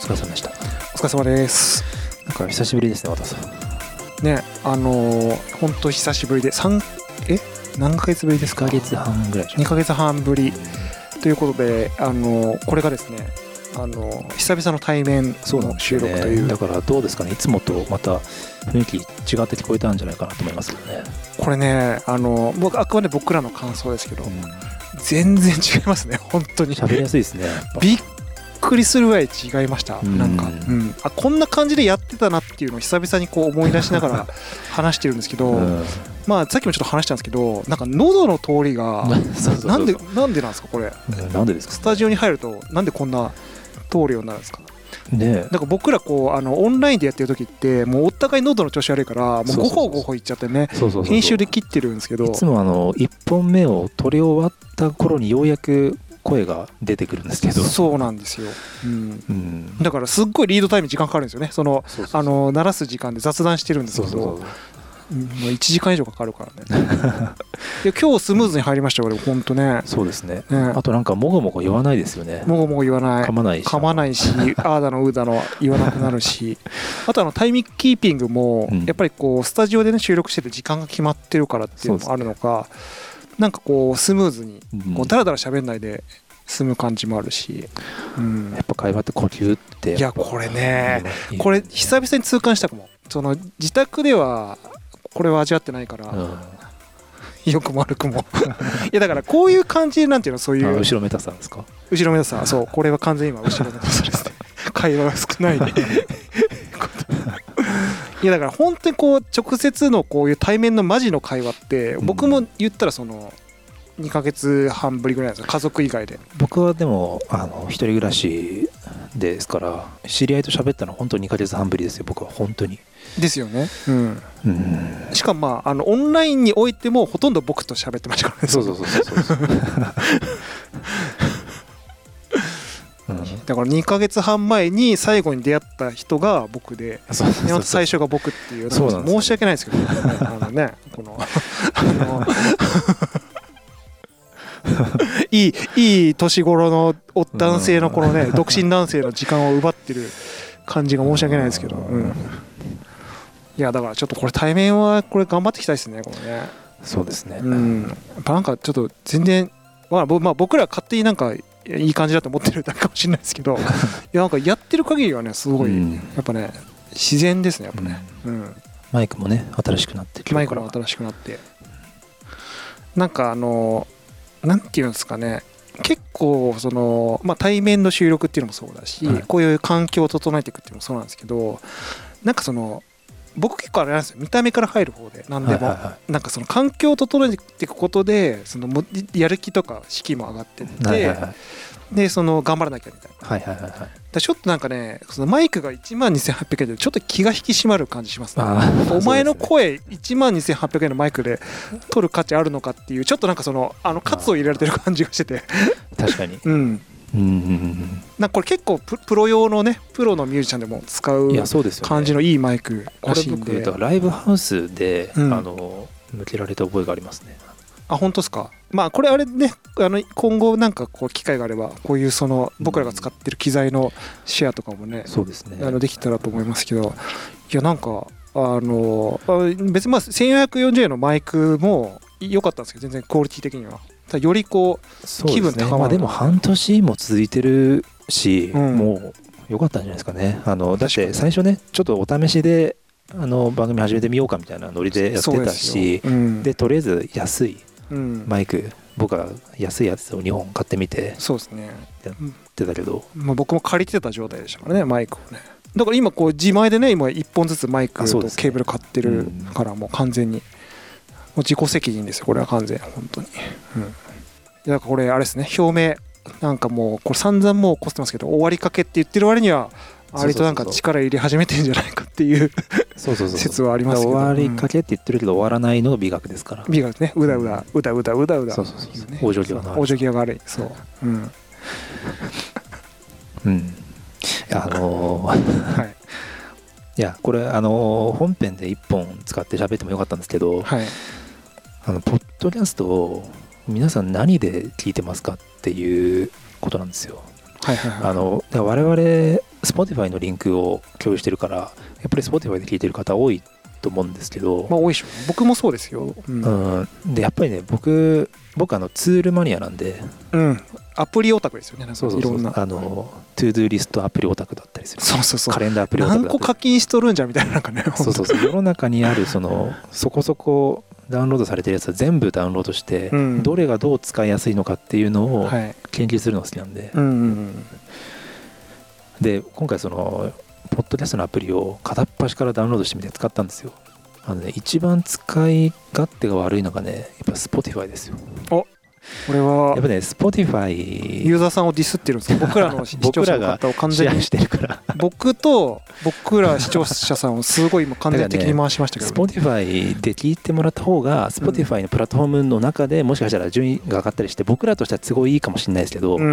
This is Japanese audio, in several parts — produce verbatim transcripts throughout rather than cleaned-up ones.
疲れ様でした。 お疲れ様です。 なんか久しぶりですね、和田さん。 ね、あのー、本当久しぶりで、さんえ何ヶ月ぶりですか？ にかげつはんぐらいでしょ。 にかげつはんぶりということで、あのー、これがですね、あのー、久々の対面の収録という。 だからどうですかね、いつもとまた雰囲気違って聞こえたんじゃないかなと思いますけどね。 これね、あのー、僕あくまで僕らの感想ですけど、うん、全然違いますね、本当に。 喋りやすいですね。 びっびっくりするぐらい違いました。なんか、うん、あこんな感じでやってたなっていうのを久々にこう思い出しながら話してるんですけど、うん、まあさっきもちょっと話したんですけど、なんか喉の通りがなんでなんでなんですかこれ。 なんでですか。 スタジオに入るとなんでこんな通るようになるんですか。 ね、 なんか僕らこうあのオンラインでやってる時ってもうお互い喉の調子悪いからもうごほごほいっちゃってね、編集で切ってるんですけど、 いつもあのいっぽんめを撮り終わった頃にようやく声が出てくるんですけど。そうなんですよ、うんうん、 だからすっごいリードタイム時間かかるんですよね。そのあの鳴らす時間で雑談してるんですけど、そうそうそう、もういちじかん以上かかるからねで今日スムーズに入りましたよ俺本当ね。 そうです ね, ねあとなんかもごもご言わないですよね。 もごもご言わない、 噛まないし噛まないしああだのうだの言わなくなるしあとあのタイミングキーピングもやっぱりこうスタジオでね収録してて時間が決まってるからっていうのもあるのか、なんかこうスムーズにこうダラダラ喋んないで済む感じもあるし、 うん、やっぱ会話って呼吸って。 いやこれね、これ久々に痛感したかも。その自宅ではこれは味わってないから、うん、よくも悪くもいやだからこういう感じなんていうの、そういう後ろめたさですか。 後ろめたさ、そう、これは完全に今後ろめたさですね会話が少ないでいやだから本当にこう直接のこういう対面のマジの会話って僕も言ったらそのにかげつはんぶりぐらいなんですよ、家族以外で。 僕はでもあの一人暮らしですから知り合いと喋ったのは本当ににかげつはんぶりですよ僕は本当に。 ですよね、うんうん、しかもまああのオンラインにおいてもほとんど僕と喋ってましたからね。 そうそうそうそうそうだからにかげつはんまえに最後に出会った人が僕で、最初が僕っていう、申し訳ないですけど、ね、あのねこのあのいいいい年頃の男性のこのね独身男性の時間を奪ってる感じが申し訳ないですけど、うん、いやだからちょっとこれ対面はこれ頑張っていきたいですねこれね。 そうですね、 うん、やっぱなんかちょっと全然まあ、まあ、僕ら勝手になんかいい感じだと思ってるだけかもしれないですけどいやなんかやってる限りはねすごい、うん、やっぱね自然ですねやっぱね、うんうん、 マイクもね新しくなってマイクも新しくなってなんかあのなんていうんですかね、結構その、まあ、対面の収録っていうのもそうだし、はい、こういう環境を整えていくっていうのもそうなんですけど、なんかその僕結構あれなんですよ、見た目から入る方で何でも、はいはいはい、なんかその環境を整えていくことでそのやる気とか士気も上がっていって、はいはいはい、でその頑張らなきゃみたいな、はいはいはいはい、だちょっとなんかねそのマイクがいちまんにせんはっぴゃくえんでちょっと気が引き締まる感じしますね。お前の声いちまんにせんはっぴゃくえんのマイクで取る価値あるのかっていうちょっとなんかそのあの喝を入れられてる感じがしてて確かに、 うんうんうんうん、なんかこれ結構 プ, プロ用のねプロのミュージシャンでも使う感じのいいマイクらしいんで、 これ僕ライブハウスで、うん、あの向けられた覚えがありますね。 あ本当ですか。まあこれあれねあの今後なんかこう機会があればこういうその僕らが使ってる機材のシェアとかもね、 そうですね、 あのできたらと思いますけど、いやなんかあの別にまあせんよんひゃくよんじゅうえんのマイクも良かったんですけど全然クオリティ的にはよりこう気分高まる、ね、まあ、 でも半年も続いてるし、うん、もう良かったんじゃないですかね。あのだって最初ねちょっとお試しであの番組始めてみようかみたいなノリでやってたし、で、うん、でとりあえず安いマイク、うん、僕は安いやつをにほん買ってみてそうですねやってたけど、 まあ、僕も借りてた状態でしたからねマイクをね。だから今こう自前でね今いっぽんずつマイクとケーブル買ってるからもう完全にもう自己責任ですよこれは完全本当に、うん、だからこれあれですね表明なんかもうこれ散々もう起こってますけど終わりかけって言ってる割には割となんか力入れ始めてんじゃないかっていう説はありますけど、 終わりかけって言ってるけど終わらないのが美学ですから。 美学ね、うだうだうだうだうだうだ、 そうそうそうそう、往生際の往生際が悪い、そううん、 うん、あのー、はいいやこれあのー、本編でいっぽん使って喋ってもよかったんですけど、はい、あのポッドキャストを皆さん何で聞いてますかっていうことなんですよ。はいはいはい、あの我々 Spotify のリンクを共有してるからやっぱり Spotify で聞いてる方多いと思うんですけど、 まあ多いでしょ。僕もそうですよ。 うん、でやっぱりね僕僕あのツールマニアなんで、 うん、アプリオタクですよね。なんかそうそうそう、いろんなあのトゥードゥーリストアプリオタクだったりする。 そうそうそう。 カレンダーアプリオタクだったり。 何個課金しとるんじゃみたいななんかね。 そうそうそう。世の中にあるそのそこそこダウンロードされてるやつは全部ダウンロードして、うん、どれがどう使いやすいのかっていうのを研究するのが好きなんで、はい、うんうんうん、で今回そのポッドキャストのアプリを片っ端からダウンロードしてみて使ったんですよ。あのね、一番使い勝手が悪いのがねやっぱ Spotify ですよ。 おこれはやっぱね Spotify ユーザーさんをディスってるんですか。僕らの視聴者の方を完全にしてるから僕と僕ら視聴者さんをすごい今完全的に回しましたけど、ね、 Spotify で聞いてもらった方が Spotify のプラットフォームの中でもしかしたら順位が上がったりして僕らとしては都合いいかもしれないですけど、うん、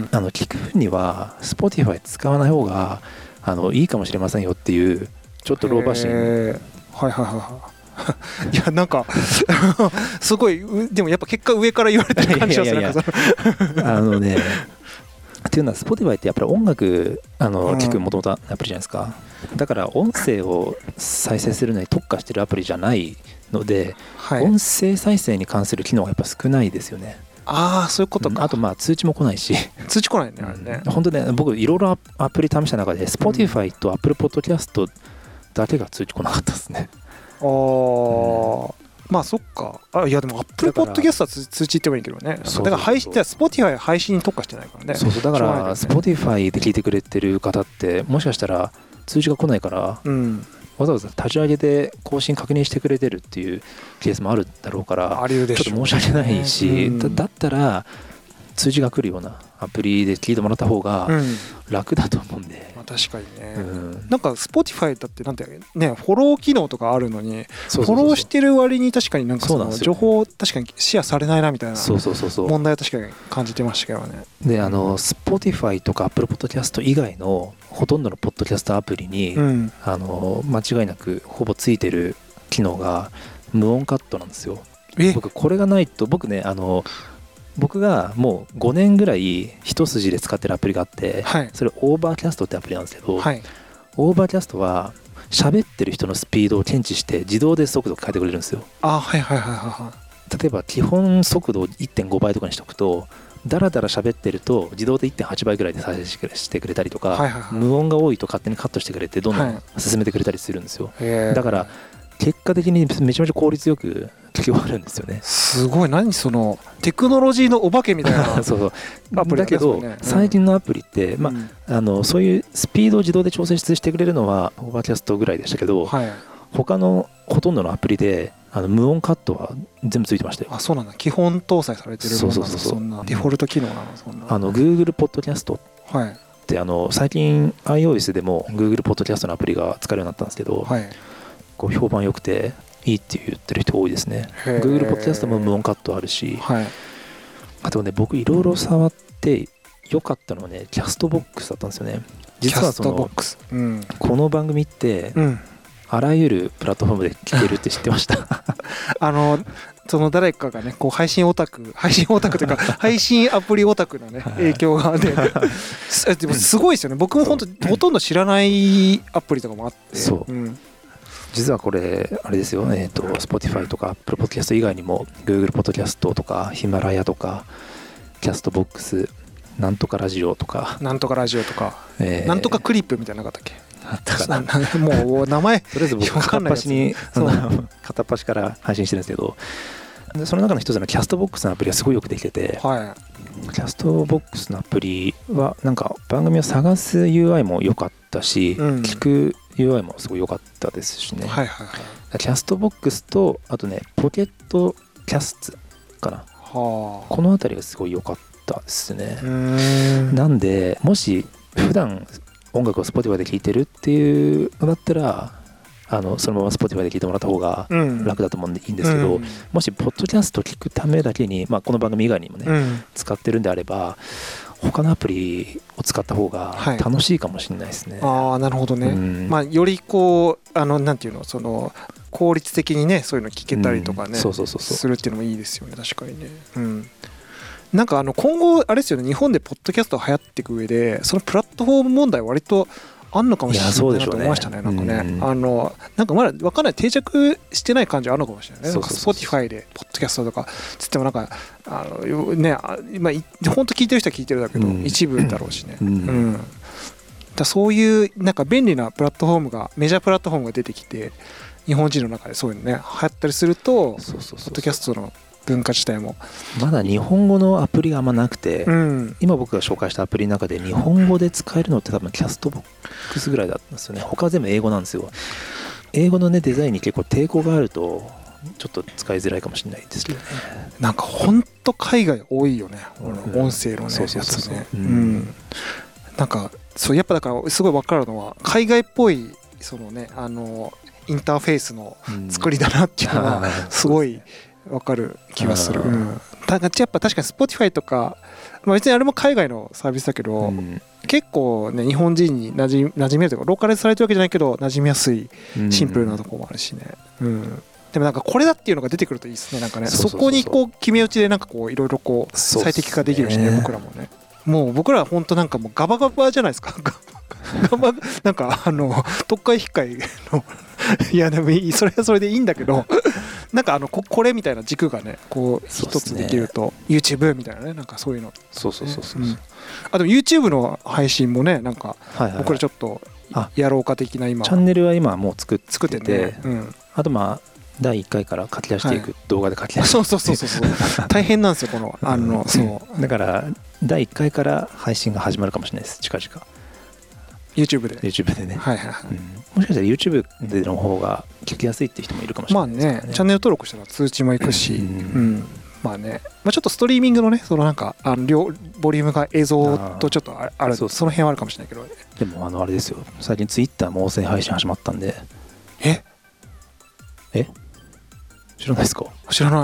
あの聞く分には Spotify 使わない方があのいいかもしれませんよっていうちょっとローバッシング。 はいはいはいはいいやなんかすごいでもやっぱ結果上から言われてる感じがする。 あのねっていうのは Spotify ってやっぱり音楽あの聞くもともとアプリじゃないですか。だから音声を再生するのに特化してるアプリじゃないので、はい、音声再生に関する機能がやっぱ少ないですよね。 ああそういうことか。 あとまあ通知も来ないし通知来ないねあれね、 うん、本当ね僕いろいろアプリ試した中で Spotify と Apple Podcast だけが通知来なかったですね。 ああ、うん、まあそっか。あいやでも Apple Podcast は通知言ってもいいけどね。だから配信じゃ Spotify 配信に特化してないからね。 そうそうだから Spotify で聞いてくれてる方ってもしかしたら通知が来ないから、うん、わざわざ立ち上げて更新確認してくれてるっていうケースもあるだろうからちょっと申し訳ないし、うん、だ, だったら通知が来るようなアプリで聞いてもらった方が楽だと思うんで、 うんまあ、確かにね、うん、なんか Spotify だってなんてねフォロー機能とかあるのにフォローしてる割に確かになんかその情報確かにシェアされないなみたいな問題は確かに感じてましたけどね。 であの Spotify とか Apple Podcast 以外のほとんどのポッドキャストアプリに、うん、あの間違いなくほぼついてる機能が無音カットなんですよ。僕これがないと僕ねあの僕がもうごねんぐらい一筋で使ってるアプリがあって、はい、それオーバーキャストってアプリなんですけど、はい、オーバーキャストは喋ってる人のスピードを検知して自動で速度を変えてくれるんですよ。 あはいはいはいはい。 例えば基本速度を いってんご 倍とかにしておくとだらだら喋ってると自動で いってんはち 倍ぐらいで再生してくれたりとか、はいはいはい、無音が多いと勝手にカットしてくれてどんどん進めてくれたりするんですよ、はい、だから結果的にめちゃめちゃ効率よく聞き終わるんですよね。 すごい何そのテクノロジーのお化けみたいなそうそうアプリだけど、ね、最近のアプリって、うんまあ、あのそういうスピードを自動で調整してくれるのはオーバーキャストぐらいでしたけど、はい、他のほとんどのアプリであの無音カットは全部ついてましたよ。 あそうなんだ。基本搭載されてるものなんだ。そうそうそうそう。そんなデフォルト機能なのそんな。 あの Google ポッドキャストって、はい、あの最近 iOS でも Google ポッドキャストのアプリが使えるようになったんですけど、はい、こう評判良くていいって言ってる人多いですね。 Google ポッドキャストも無音カットあるし、はい、あとね僕いろいろ触って良かったのはねキャストボックスだったんですよね。実はその、うん、この番組って、うんあらゆるプラットフォームで聞けるって知ってましたあのその誰かがねこう配信オタク配信オタクというか配信アプリオタクのね影響がねでもすごいですよね。僕も本当ほとんど知らないアプリとかもあってそう、うん、実はこれあれですよ、えーと Spotify とか Apple Podcast 以外にも Google Podcast とかヒマラヤとかキャストボックスなんとかラジオとかなんとかラジオとか、えー、なんとかクリップみたいなのなかったっけ。 あったかなもう名前とりあえず僕片っ端に片っ端から配信してるんですけどでその中の一つのキャストボックスのアプリがすごいよくできてて、はい、キャストボックスのアプリはなんか番組を探す ユーアイ も良かったし、うん、聞く ユーアイ もすごい良かったですしね、はいはいはい、キャストボックスとあとねポケットキャストかな、はあ、このあたりがすごい良かったですね。なんでもし普段音楽を Spotify で聴いてるっていうのだったらあのそのまま Spotify で聴いてもらった方が楽だと思うんでいいんですけど、うん、もしポッドキャスト聴くためだけに、まあ、この番組以外にもね、うん、使ってるんであれば他のアプリを使った方が楽しいかもしれないですね、 はい、ああなるほどね、うんまあ、よりこうあのなんていうのその効率的にねそういうの聞けたりとかね、うん、そうそうそうそうするっていうのもいいですよね確かにね、うんなんかあの今後あれですよね、日本でポッドキャストが流行っていく上でそのプラットフォーム問題割とあんのかもしれないなと思いましたね。なんかね、あのなんかまだ分かんない定着してない感じあるのかもしれないね。なんか Spotify でポッドキャストとかつってもなんかあのね、今本当聞いてる人は聞いてるだけど、うん、一部だろうしね。うんうん、だそういうなんか便利なプラットフォームがメジャープラットフォームが出てきて日本人の中でそういうのね流行ったりすると、そうそうそうそう、ポッドキャストの文化自体もまだ日本語のアプリがあんまなくて、うん、今僕が紹介したアプリの中で日本語で使えるのって多分キャストボックスぐらいだったんですよね。他は全部英語なんですよ。英語のねデザインに結構抵抗があるとちょっと使いづらいかもしれないですけどね。 なんかほんと海外多いよね、うん、音声のねやつね。なんかそうやっぱだからすごい分かるのは海外っぽいそのねあのインターフェースの作りだなっていうのはすごい分かる気がする。うん、だからやっぱ確かに Spotify とか、まあ、別にあれも海外のサービスだけど、うん、結構ね日本人になじ馴染めるというかローカライズされてるわけじゃないけど馴染みやすいシンプルなところもあるしね。うん、でもなんかこれだっていうのが出てくるといいですね。なんかねそこにこう決め打ちでなんかこういろいろこう最適化できるしね、僕らもね。もう僕らは本当なんかもうガバガバじゃないですか。ガバなんかあの特会引っかいのいやでもいい、それはそれでいいんだけどなんかあの こ, これみたいな軸がねこう一つできると、ね、YouTube みたいなね、なんかそういうの、 そうそうそうそう、うん、 あでも YouTube の配信もねなんか僕らちょっとやろうか的な今チャンネルは今もう作ってて、作ってね、うん、 あとまあだいいっかいから書き出していく、はい、動画で書き出していく、 そうそうそうそう大変なんですよこのあの、そうだからだいいっかいから配信が始まるかもしれないです、近々 YouTube で YouTube でね、 はいはいはい、 うん、もしかしたら YouTube での方が聞きやすいって人もいるかもしれないですね。 まあね、チャンネル登録したら通知もいくし、うん、うん、まあね、まあ、ちょっとストリーミングのねそのなんかあの量ボリュームが映像とちょっとある、ある、 そ, その辺はあるかもしれないけど、ね、 でもあのあれですよ、最近 Twitter も音声配信始まったんで。 ええ知らないですか？ 知らない。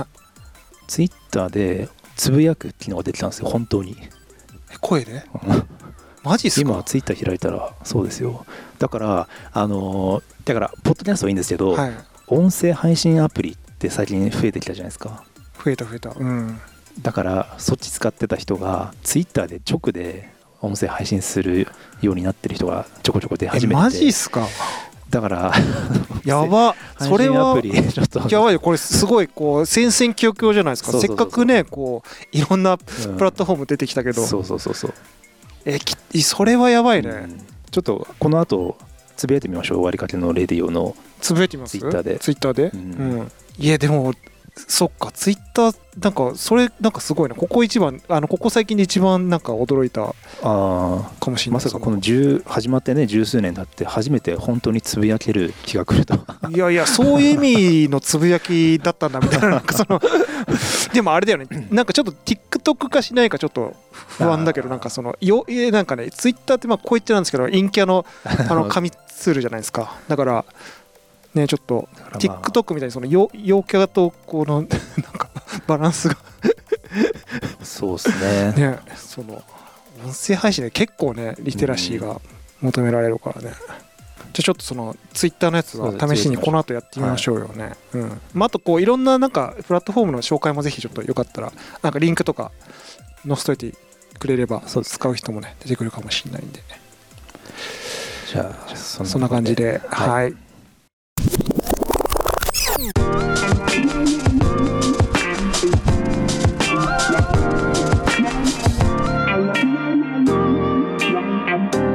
Twitter でつぶやく機能が出てたんですよ、本当に。 え声でマジっすか？ 今ツイッター開いたらそうですよ。だからあのだからポッドキャストはいいんですけど、はい、音声配信アプリって最近増えてきたじゃないですか。 増えた増えた、うん、だからそっち使ってた人がツイッターで直で音声配信するようになってる人がちょこちょこ出始めて。 えマジっすか？だからやば、それはやばいよ、これすごいこう戦々恐々じゃないですか。せっかくねこういろんなプラットフォーム出てきたけど、うん、 そうそうそうそう、 えきそれはやばいね、うん、 ちょっとこの後つぶやいてみましょう。終わりかけのレディオのつぶやいてみます？ ツイッターでツイッターで、うんうん、いやでもそっか、ツイッターなんかそれなんかすごいな、ここ一番あのここ最近で一番なんか驚いたかもしれない。 まさかこのじゅう始まってね十数年経って初めて本当につぶやける気が来るといやいや、そういう意味のつぶやきだったんだみたいな、なんかそのでもあれだよね、なんかちょっと TikTok 化しないかちょっと不安だけど、なんかそのよなんかねツイッターってまあこう言ってなんですけど陰キャのあの紙ツールじゃないですか。だからね、ちょっと TikTok みたいにその陽キャとこのなんかバランスがそうですね。 ね、その音声配信で結構ねリテラシーが求められるからね。じゃあちょっとその Twitter のやつは試しにこの後やってみましょうよね。うん。まああとこういろんななんかプラットフォームの紹介もぜひちょっとよかったらなんかリンクとか載せといてくれれば使う人もね出てくるかもしれないんで。 じゃあそん な, そんな感じで、はい。はい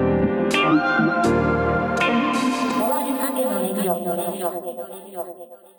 よ